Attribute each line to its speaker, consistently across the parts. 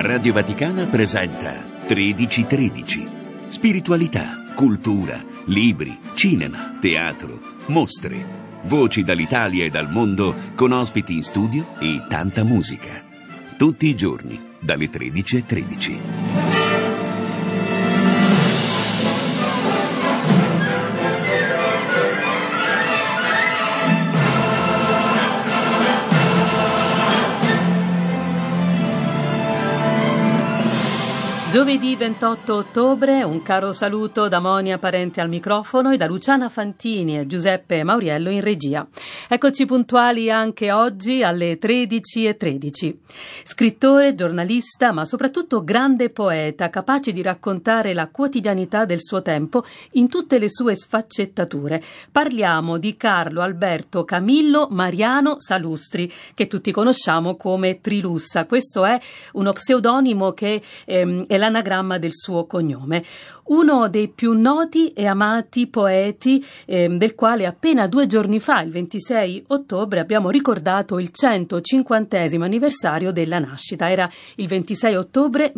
Speaker 1: Radio Vaticana presenta 1313. Spiritualità, cultura, libri, cinema, teatro, mostre, voci dall'Italia e dal mondo con ospiti in studio e tanta musica. Tutti i giorni, dalle 13:13.
Speaker 2: Giovedì 28 ottobre, un caro saluto da Monia Parente al microfono e da Luciana Fantini e Giuseppe Mauriello in regia. Eccoci puntuali anche oggi alle 13:13. Scrittore, giornalista, ma soprattutto grande poeta, capace di raccontare la quotidianità del suo tempo in tutte le sue sfaccettature. Parliamo di Carlo Alberto Camillo Mariano Salustri, che tutti conosciamo come Trilussa. Questo è uno pseudonimo che è l'anagramma del suo cognome. Uno dei più noti e amati poeti del quale appena 2 giorni fa, il 26 ottobre, abbiamo ricordato il 150° anniversario della nascita. Era il 26 ottobre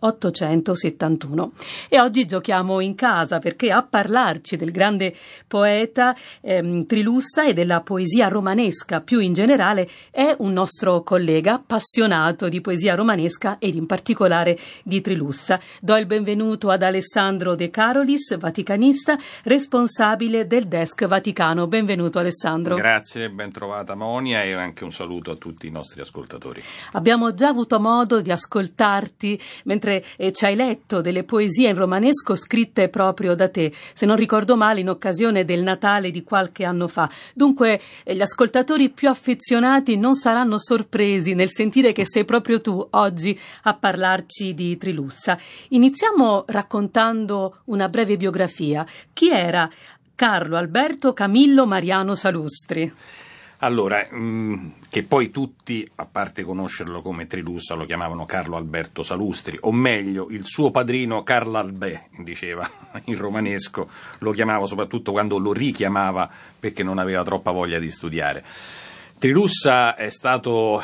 Speaker 2: 1871. E oggi giochiamo in casa perché a parlarci del grande poeta Trilussa e della poesia romanesca più in generale è un nostro collega appassionato di poesia romanesca ed in particolare di Trilussa. Do il benvenuto ad Alessandro De Carolis, vaticanista, responsabile del Desk Vaticano. Benvenuto Alessandro.
Speaker 3: Grazie, ben trovata Monia, e anche un saluto a tutti i nostri ascoltatori.
Speaker 2: Abbiamo già avuto modo di ascoltarti mentre ci hai letto delle poesie in romanesco scritte proprio da te, se non ricordo male in occasione del Natale di qualche anno fa. Dunque gli ascoltatori più affezionati non saranno sorpresi nel sentire che sei proprio tu oggi a parlarci di Trilussa. Iniziamo raccontando una breve biografia. Chi era Carlo Alberto Camillo Mariano Salustri?
Speaker 3: Allora, che poi tutti, a parte conoscerlo come Trilussa, lo chiamavano Carlo Alberto Salustri, o meglio, il suo padrino Carlo Albè, diceva in romanesco, lo chiamava soprattutto quando lo richiamava perché non aveva troppa voglia di studiare. Trilussa è stato,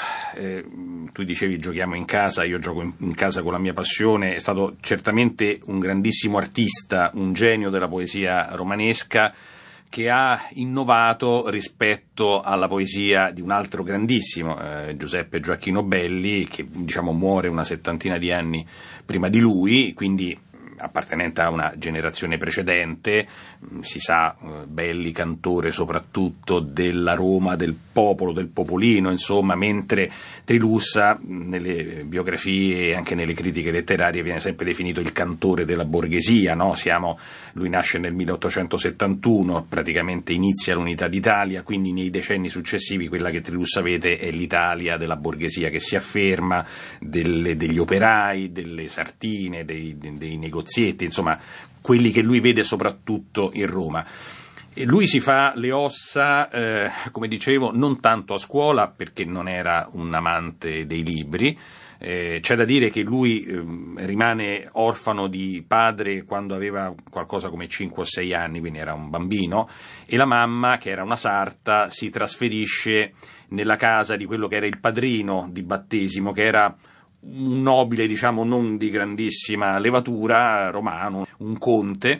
Speaker 3: tu dicevi giochiamo in casa, io gioco in casa con la mia passione, è stato certamente un grandissimo artista, un genio della poesia romanesca che ha innovato rispetto alla poesia di un altro grandissimo, Giuseppe Gioacchino Belli, che diciamo muore una 70 di anni prima di lui, quindi appartenente a una generazione precedente. Si sa, Belli cantore soprattutto della Roma del popolo, del popolino, insomma, mentre Trilussa nelle biografie e anche nelle critiche letterarie viene sempre definito il cantore della borghesia, no? Lui nasce nel 1871, praticamente inizia l'unità d'Italia, quindi nei decenni successivi quella che Trilussa vede è l'Italia della borghesia che si afferma, degli operai, delle sartine, dei negozietti, insomma quelli che lui vede soprattutto in Roma. E lui si fa le ossa, come dicevo, non tanto a scuola perché non era un amante dei libri. C'è da dire che lui rimane orfano di padre quando aveva qualcosa come 5 o 6 anni, quindi era un bambino, e la mamma, che era una sarta, si trasferisce nella casa di quello che era il padrino di battesimo, che era un nobile, diciamo, non di grandissima levatura, romano, un conte,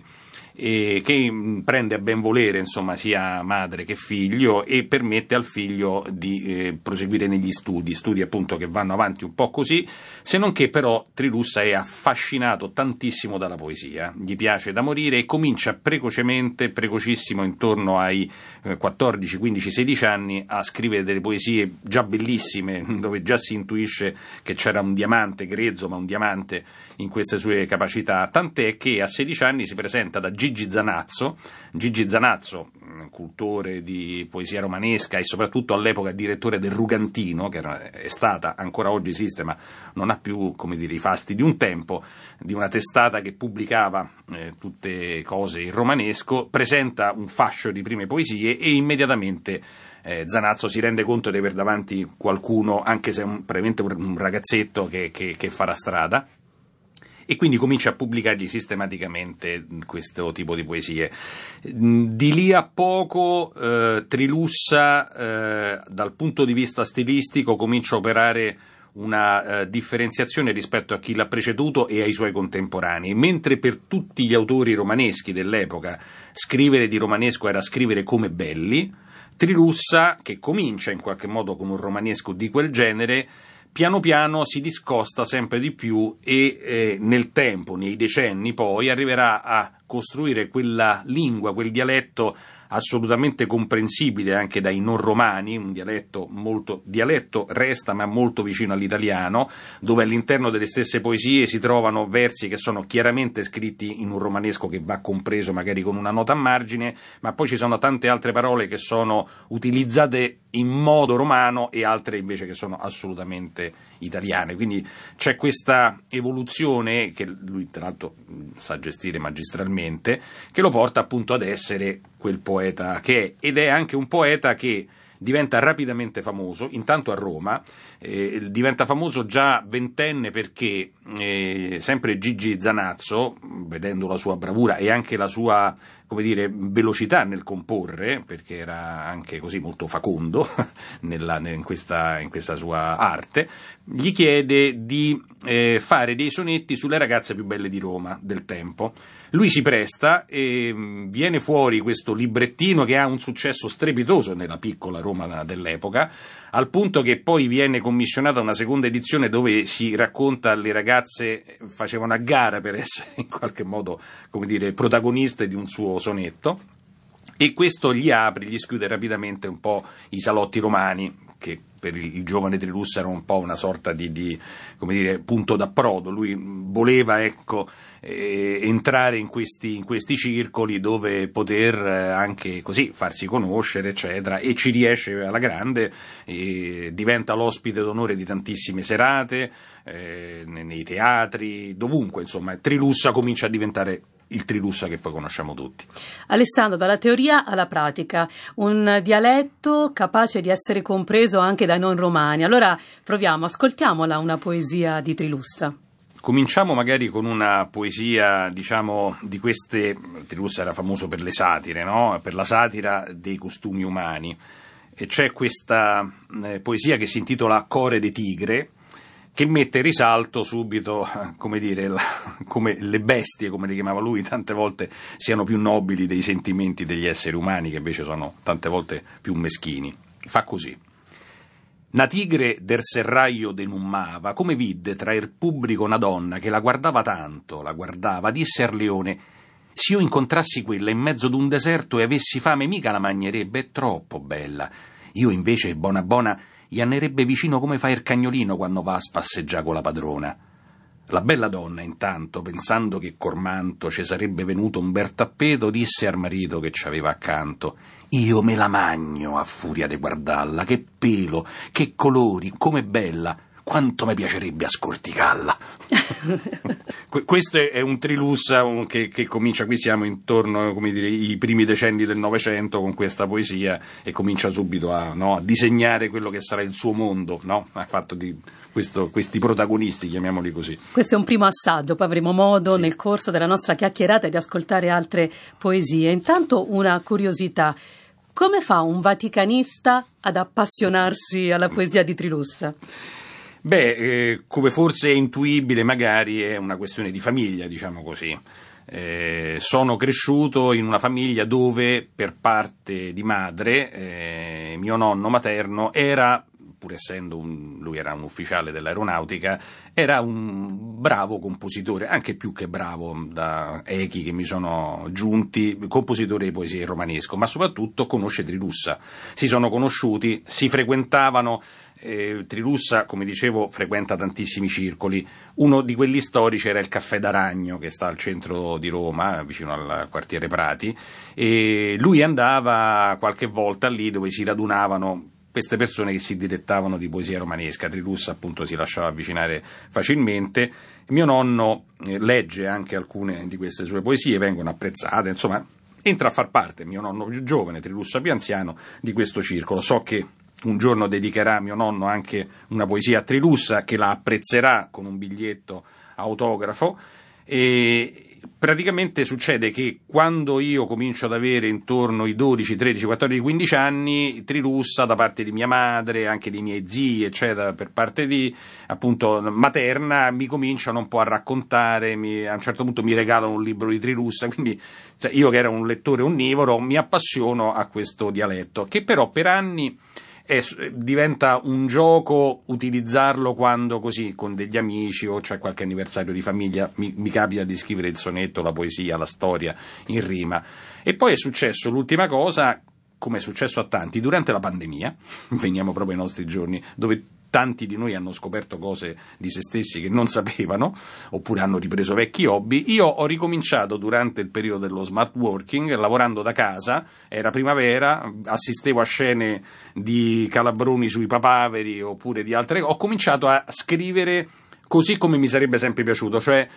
Speaker 3: che prende a ben volere, insomma, sia madre che figlio e permette al figlio di proseguire negli studi appunto che vanno avanti un po' così, se non che però Trilussa è affascinato tantissimo dalla poesia, gli piace da morire e comincia precocissimo, intorno ai 14, 15, 16 anni, a scrivere delle poesie già bellissime, dove già si intuisce che c'era un diamante grezzo, ma un diamante in queste sue capacità, tant'è che a 16 anni si presenta da Gigi Zanazzo, cultore di poesia romanesca e soprattutto all'epoca direttore del Rugantino, che è stata, ancora oggi esiste, ma non ha più, come dire, i fasti di un tempo, di una testata che pubblicava tutte cose in romanesco, presenta un fascio di prime poesie e immediatamente Zanazzo si rende conto di aver davanti qualcuno, anche se è probabilmente un ragazzetto che farà strada, e quindi comincia a pubblicargli sistematicamente questo tipo di poesie. Di lì a poco Trilussa dal punto di vista stilistico comincia a operare una differenziazione rispetto a chi l'ha preceduto e ai suoi contemporanei. Mentre per tutti gli autori romaneschi dell'epoca scrivere di romanesco era scrivere come Belli, Trilussa, che comincia in qualche modo con un romanesco di quel genere, piano piano si discosta sempre di più e nel tempo, nei decenni poi, arriverà a costruire quella lingua, quel dialetto assolutamente comprensibile anche dai non romani, un dialetto resta ma molto vicino all'italiano, dove all'interno delle stesse poesie si trovano versi che sono chiaramente scritti in un romanesco che va compreso magari con una nota a margine, ma poi ci sono tante altre parole che sono utilizzate in modo romano e altre invece che sono assolutamente italiane. Quindi c'è questa evoluzione che lui tra l'altro sa gestire magistralmente, che lo porta appunto ad essere quel poeta che è, ed è anche un poeta che diventa rapidamente famoso, intanto a Roma, diventa famoso già ventenne perché sempre Gigi Zanazzo, vedendo la sua bravura e anche la sua, come dire, velocità nel comporre, perché era anche così molto facondo in questa sua arte, gli chiede di fare dei sonetti sulle ragazze più belle di Roma del tempo. Lui si presta e viene fuori questo librettino che ha un successo strepitoso nella piccola Roma dell'epoca, al punto che poi viene commissionata una seconda edizione dove si racconta le ragazze facevano a gara per essere in qualche modo, come dire, protagoniste di un suo sonetto, e questo gli schiude rapidamente un po' i salotti romani, che per il giovane Trilussa era un po' una sorta di come dire, punto d'approdo. Lui voleva, entrare in questi circoli dove poter anche così farsi conoscere, eccetera, e ci riesce alla grande, diventa l'ospite d'onore di tantissime serate, nei teatri, dovunque, insomma. Trilussa comincia a diventare il Trilussa che poi conosciamo tutti.
Speaker 2: Alessandro, dalla teoria alla pratica, un dialetto capace di essere compreso anche dai non romani. Allora proviamo, ascoltiamola una poesia di Trilussa.
Speaker 3: Cominciamo magari con una poesia, diciamo, di queste. Trilussa era famoso per le satire, no? Per la satira dei costumi umani, e c'è questa poesia che si intitola Core de Tigre, che mette in risalto subito, come dire, come le bestie, come le chiamava lui, tante volte siano più nobili dei sentimenti degli esseri umani, che invece sono tante volte più meschini. Fa così. Na tigre del serraglio denummava, come vidde tra il pubblico una donna che la guardava tanto, disse al leone: se io incontrassi quella in mezzo d'un deserto e avessi fame, mica la magnerebbe, è troppo bella. Io invece, buona, gli annerebbe vicino come fa il cagnolino quando va a spasseggiare con la padrona. La bella donna, intanto, pensando che cormanto ci sarebbe venuto un bel tappeto, disse al marito che ci aveva accanto: io me la magno a furia di guardarla, che pelo, che colori, come bella, quanto mi piacerebbe ascorticarla. Questo è un Trilussa che comincia, qui siamo intorno, come dire, i primi decenni del Novecento, con questa poesia, e comincia subito a disegnare quello che sarà il suo mondo, no? Ha fatto di questi protagonisti, chiamiamoli così.
Speaker 2: Questo è un primo assaggio, poi avremo modo nel corso della nostra chiacchierata di ascoltare altre poesie. Intanto una curiosità: come fa un vaticanista ad appassionarsi alla poesia di Trilussa?
Speaker 3: Come forse è intuibile, magari è una questione di famiglia, diciamo così. Sono cresciuto in una famiglia dove, per parte di madre, mio nonno materno era, pur essendo lui era un ufficiale dell'aeronautica, era un bravo compositore, anche più che bravo, da echi che mi sono giunti, compositore di poesie romanesco, ma soprattutto conosce Trilussa. Si sono conosciuti, si frequentavano. Trilussa, come dicevo, frequenta tantissimi circoli. Uno di quelli storici era il Caffè d'Aragno, che sta al centro di Roma, vicino al quartiere Prati, e lui andava qualche volta lì dove si radunavano queste persone che si dilettavano di poesia romanesca. Trilussa appunto si lasciava avvicinare facilmente. Mio nonno legge anche alcune di queste sue poesie, vengono apprezzate, insomma entra a far parte, mio nonno più giovane, Trilussa più anziano, di questo circolo. So che un giorno dedicherà mio nonno anche una poesia a Trilussa, che la apprezzerà con un biglietto autografo, e praticamente succede che quando io comincio ad avere intorno i 12, 13, 14, 15 anni, Trilussa da parte di mia madre, anche di miei zii, eccetera, per parte di appunto materna, mi cominciano un po' a raccontare, a un certo punto mi regalano un libro di Trilussa, quindi io che ero un lettore onnivoro mi appassiono a questo dialetto, che però per anni diventa un gioco utilizzarlo quando così con degli amici o c'è qualche anniversario di famiglia mi capita di scrivere il sonetto, la poesia, la storia in rima. E poi è successo l'ultima cosa, come è successo a tanti, durante la pandemia, veniamo proprio ai nostri giorni, dove tanti di noi hanno scoperto cose di se stessi che non sapevano, oppure hanno ripreso vecchi hobby. Io ho ricominciato durante il periodo dello smart working, lavorando da casa, era primavera, assistevo a scene di Calabroni sui papaveri oppure di altre cose, ho cominciato a scrivere così come mi sarebbe sempre piaciuto, cioè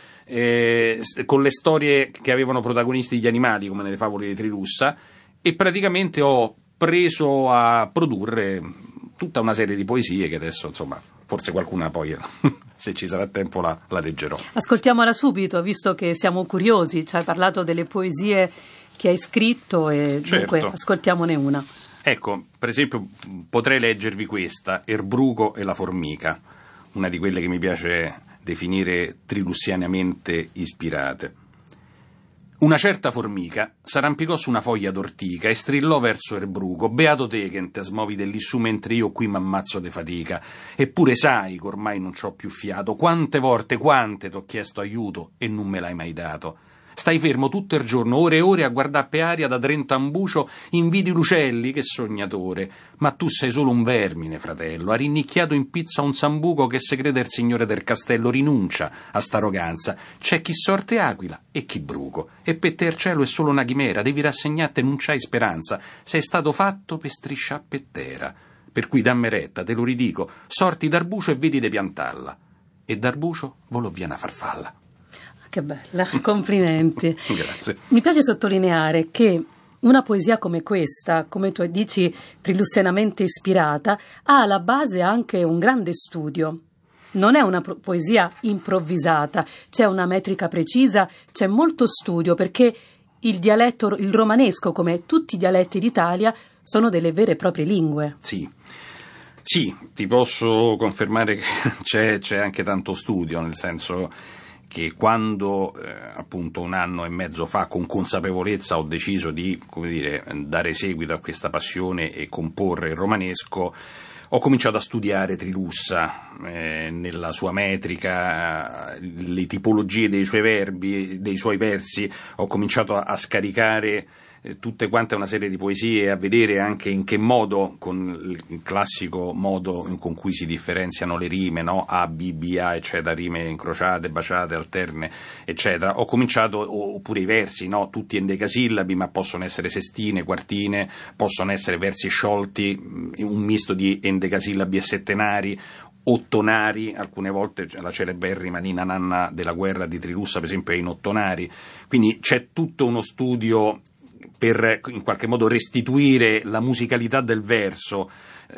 Speaker 3: con le storie che avevano protagonisti gli animali, come nelle favole di Trilussa, e praticamente ho preso a produrre tutta una serie di poesie che adesso, insomma, forse qualcuna poi, se ci sarà tempo, la leggerò.
Speaker 2: Ascoltiamola subito, visto che siamo curiosi. Ci hai parlato delle poesie che hai scritto e dunque ascoltiamone una.
Speaker 3: Ecco, per esempio, potrei leggervi questa, Erbruco e la formica, una di quelle che mi piace definire trilussianamente ispirate. Una certa formica s'arrampicò su una foglia d'ortica e strillò verso Erbruco: «Beato te che te smovi dell'issù mentre io qui m'ammazzo de fatica. Eppure sai che ormai non c'ho più fiato. Quante t'ho chiesto aiuto e non me l'hai mai dato. Stai fermo tutto il giorno, ore e ore, a guardare per aria da Trento a Ambucio, invidi l'ucelli, che sognatore. Ma tu sei solo un vermine, fratello, ha rinnicchiato in pizza un sambuco che se crede il signore del castello. Rinuncia a sta arroganza. C'è chi sorte aquila e chi bruco. E per te il cielo è solo una chimera, devi rassegnarti e non c'hai speranza. Sei stato fatto per strisciar per terra. Per cui dammi retta, te lo ridico, sorti d'Arbucio e vedi de piantalla. E d'Arbucio volò via una farfalla».
Speaker 2: Che bella, complimenti.
Speaker 3: Grazie.
Speaker 2: Mi piace sottolineare che una poesia come questa, come tu dici, trilussianamente ispirata, ha alla base anche un grande studio. Non è una poesia improvvisata, c'è una metrica precisa, c'è molto studio, perché il dialetto, il romanesco, come tutti i dialetti d'Italia, sono delle vere e proprie lingue.
Speaker 3: Sì, ti posso confermare che c'è anche tanto studio, nel senso che quando appunto un anno e mezzo fa con consapevolezza ho deciso di, come dire, dare seguito a questa passione e comporre il romanesco, ho cominciato a studiare Trilussa nella sua metrica, le tipologie dei suoi verbi, dei suoi versi, ho cominciato a scaricare tutte quante una serie di poesie, a vedere anche in che modo, con il classico modo con cui si differenziano le rime, no? A, B, B, A, eccetera, rime incrociate, baciate, alterne, eccetera. Ho cominciato, oppure i versi, no? Tutti endecasillabi, ma possono essere sestine, quartine, possono essere versi sciolti, un misto di endecasillabi e settenari, ottonari, alcune volte la celeberrima Nina Nanna della guerra di Trilussa, per esempio, è in ottonari. Quindi c'è tutto uno studio per in qualche modo restituire la musicalità del verso.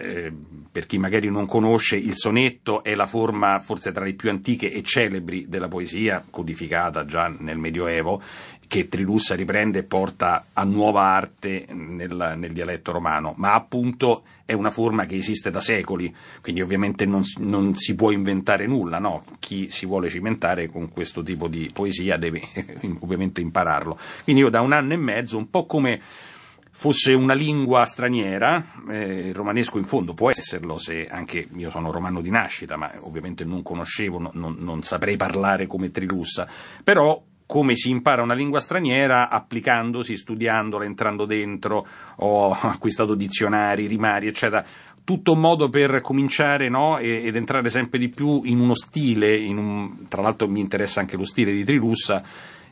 Speaker 3: Per chi magari non conosce, il sonetto è la forma forse tra le più antiche e celebri della poesia, codificata già nel Medioevo, che Trilussa riprende e porta a nuova arte nel dialetto romano, ma appunto è una forma che esiste da secoli, quindi ovviamente non si può inventare nulla, no? Chi si vuole cimentare con questo tipo di poesia deve ovviamente impararlo. Quindi io da un anno e mezzo, un po' come fosse una lingua straniera, il romanesco in fondo può esserlo, se anche io sono romano di nascita, ma ovviamente non conoscevo, non saprei parlare come Trilussa, però come si impara una lingua straniera applicandosi, studiandola, entrando dentro, ho acquistato dizionari, rimari, eccetera, tutto un modo per cominciare, no? Ed entrare sempre di più in uno stile, tra l'altro mi interessa anche lo stile di Trilussa,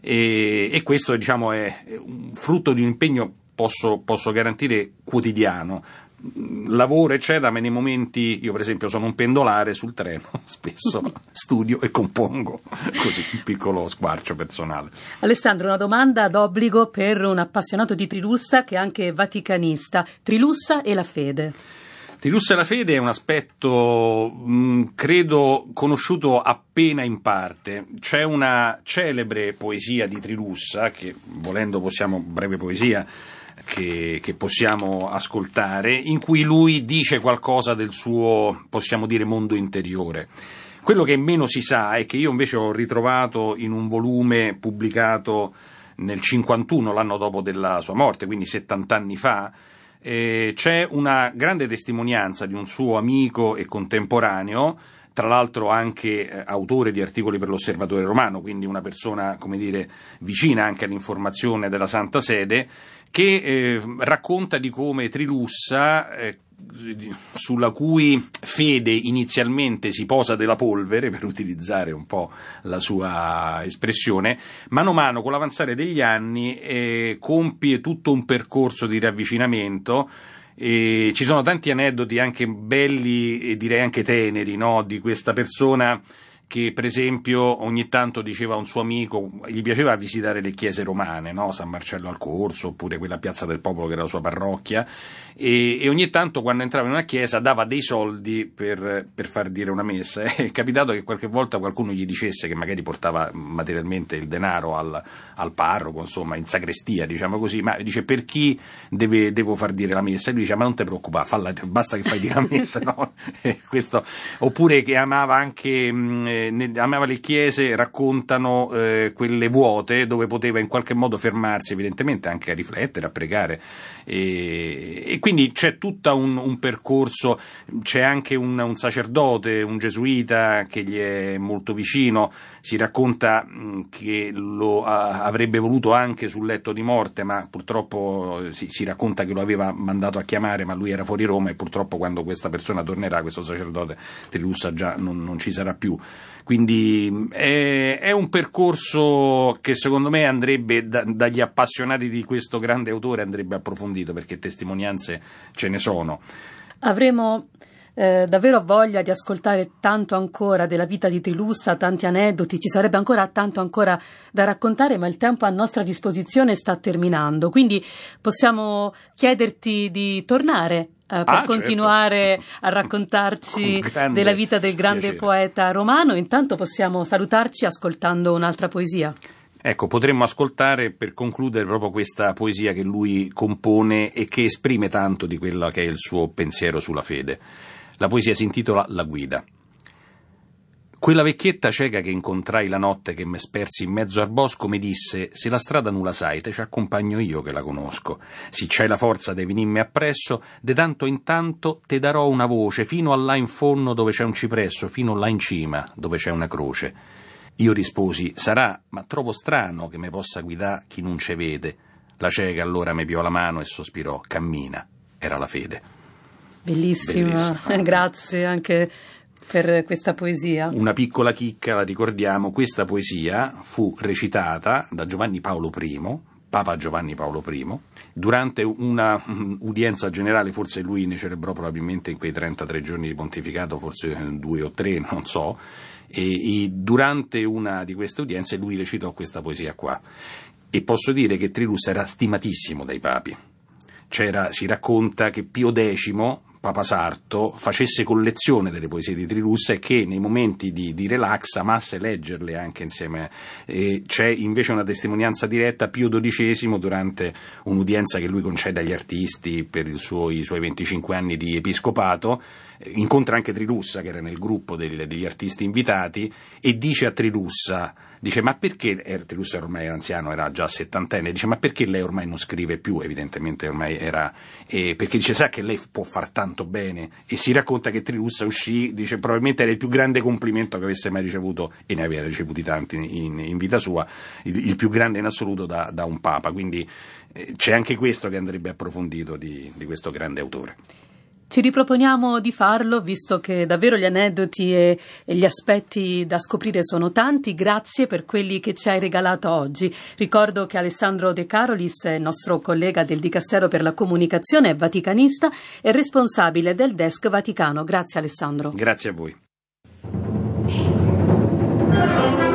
Speaker 3: e questo diciamo è un frutto di un impegno, posso garantire, quotidiano. Lavoro eccetera, ma nei momenti, io per esempio sono un pendolare sul treno, spesso studio e compongo, così un piccolo squarcio personale.
Speaker 2: Alessandro, una domanda d'obbligo per un appassionato di Trilussa che è anche vaticanista: Trilussa e la fede.
Speaker 3: Trilussa e la fede è un aspetto, credo, conosciuto appena in parte. C'è una celebre poesia di Trilussa, che volendo possiamo, breve poesia, che possiamo ascoltare, in cui lui dice qualcosa del suo, possiamo dire, mondo interiore. Quello che meno si sa è che io invece ho ritrovato in un volume pubblicato nel 51, l'anno dopo della sua morte, quindi 70 anni fa, c'è una grande testimonianza di un suo amico e contemporaneo, tra l'altro anche autore di articoli per l'Osservatore Romano, quindi una persona, come dire, vicina anche all'informazione della Santa Sede, che racconta di come Trilussa, sulla cui fede inizialmente si posa della polvere, per utilizzare un po' la sua espressione, mano a mano con l'avanzare degli anni compie tutto un percorso di ravvicinamento. Ci sono tanti aneddoti anche belli e direi anche teneri, no? Di questa persona che per esempio ogni tanto diceva a un suo amico, gli piaceva visitare le chiese romane, no? San Marcello al Corso, oppure quella Piazza del Popolo che era la sua parrocchia, e ogni tanto quando entrava in una chiesa dava dei soldi per far dire una messa. È capitato che qualche volta qualcuno gli dicesse, che magari portava materialmente il denaro al parroco, insomma in sagrestia, diciamo così, ma dice: per chi devo far dire la messa? E lui dice: ma non ti preoccupare, basta che fai dire la messa. No? Questo. Oppure che amava anche amava le chiese, raccontano quelle vuote dove poteva in qualche modo fermarsi, evidentemente anche a riflettere, a pregare, e quindi c'è tutto un percorso. C'è anche un sacerdote, un gesuita che gli è molto vicino, si racconta che lo avrebbe voluto anche sul letto di morte, ma purtroppo si racconta che lo aveva mandato a chiamare, ma lui era fuori Roma, e purtroppo quando questa persona tornerà, questo sacerdote, Trilussa già non ci sarà più. Quindi è un percorso che secondo me andrebbe, dagli appassionati di questo grande autore, andrebbe approfondito, perché testimonianze ce ne sono.
Speaker 2: Avremo davvero voglia di ascoltare tanto ancora della vita di Trilussa, tanti aneddoti, ci sarebbe ancora tanto ancora da raccontare, ma il tempo a nostra disposizione sta terminando, quindi possiamo chiederti di tornare per continuare, certo, a raccontarci della vita del grande piacere, poeta romano. Intanto possiamo salutarci ascoltando un'altra poesia.
Speaker 3: Ecco, potremmo ascoltare per concludere proprio questa poesia che lui compone e che esprime tanto di quello che è il suo pensiero sulla fede. La poesia si intitola La guida. Quella vecchietta cieca che incontrai la notte, che me spersi in mezzo al bosco, mi disse: se la strada non la sai, te ci accompagno io che la conosco. Se c'hai la forza de venirmi appresso, de tanto in tanto te darò una voce, fino a là in fondo dove c'è un cipresso, fino là in cima dove c'è una croce. Io risposi: sarà, ma trovo strano che me possa guidare chi non ce vede. La cieca allora mi piò la mano e sospirò: cammina. Era la fede.
Speaker 2: Bellissima. Grazie anche per questa poesia.
Speaker 3: Una piccola chicca, la ricordiamo: questa poesia fu recitata da Giovanni Paolo I, Papa Giovanni Paolo I, durante una udienza generale. Forse lui ne celebrò probabilmente in quei 33 giorni di pontificato, forse 2 o 3, non so, e durante una di queste udienze lui recitò questa poesia qua. E posso dire che Trilussa era stimatissimo dai papi. Si racconta che Pio X, Papa Sarto, facesse collezione delle poesie di Trilussa e che nei momenti di relax amasse leggerle anche insieme. C'è invece una testimonianza diretta: Pio XII, durante un'udienza che lui concede agli artisti per i suoi 25 anni di episcopato, incontra anche Trilussa, che era nel gruppo degli artisti invitati, e dice a Trilussa, ma perché, Trilussa ormai era anziano, era già 70enne, dice: ma perché lei ormai non scrive più? Evidentemente ormai era, perché dice: sa che lei può far tanto bene. E si racconta che Trilussa uscì, dice, probabilmente era il più grande complimento che avesse mai ricevuto, e ne aveva ricevuti tanti in vita sua, il più grande in assoluto da un papa. Quindi c'è anche questo che andrebbe approfondito di questo grande autore.
Speaker 2: Ci riproponiamo di farlo, visto che davvero gli aneddoti e gli aspetti da scoprire sono tanti. Grazie per quelli che ci hai regalato oggi. Ricordo che Alessandro De Carolis, il nostro collega del Dicastero per la Comunicazione, è vaticanista e responsabile del Desk Vaticano. Grazie Alessandro.
Speaker 3: Grazie a voi.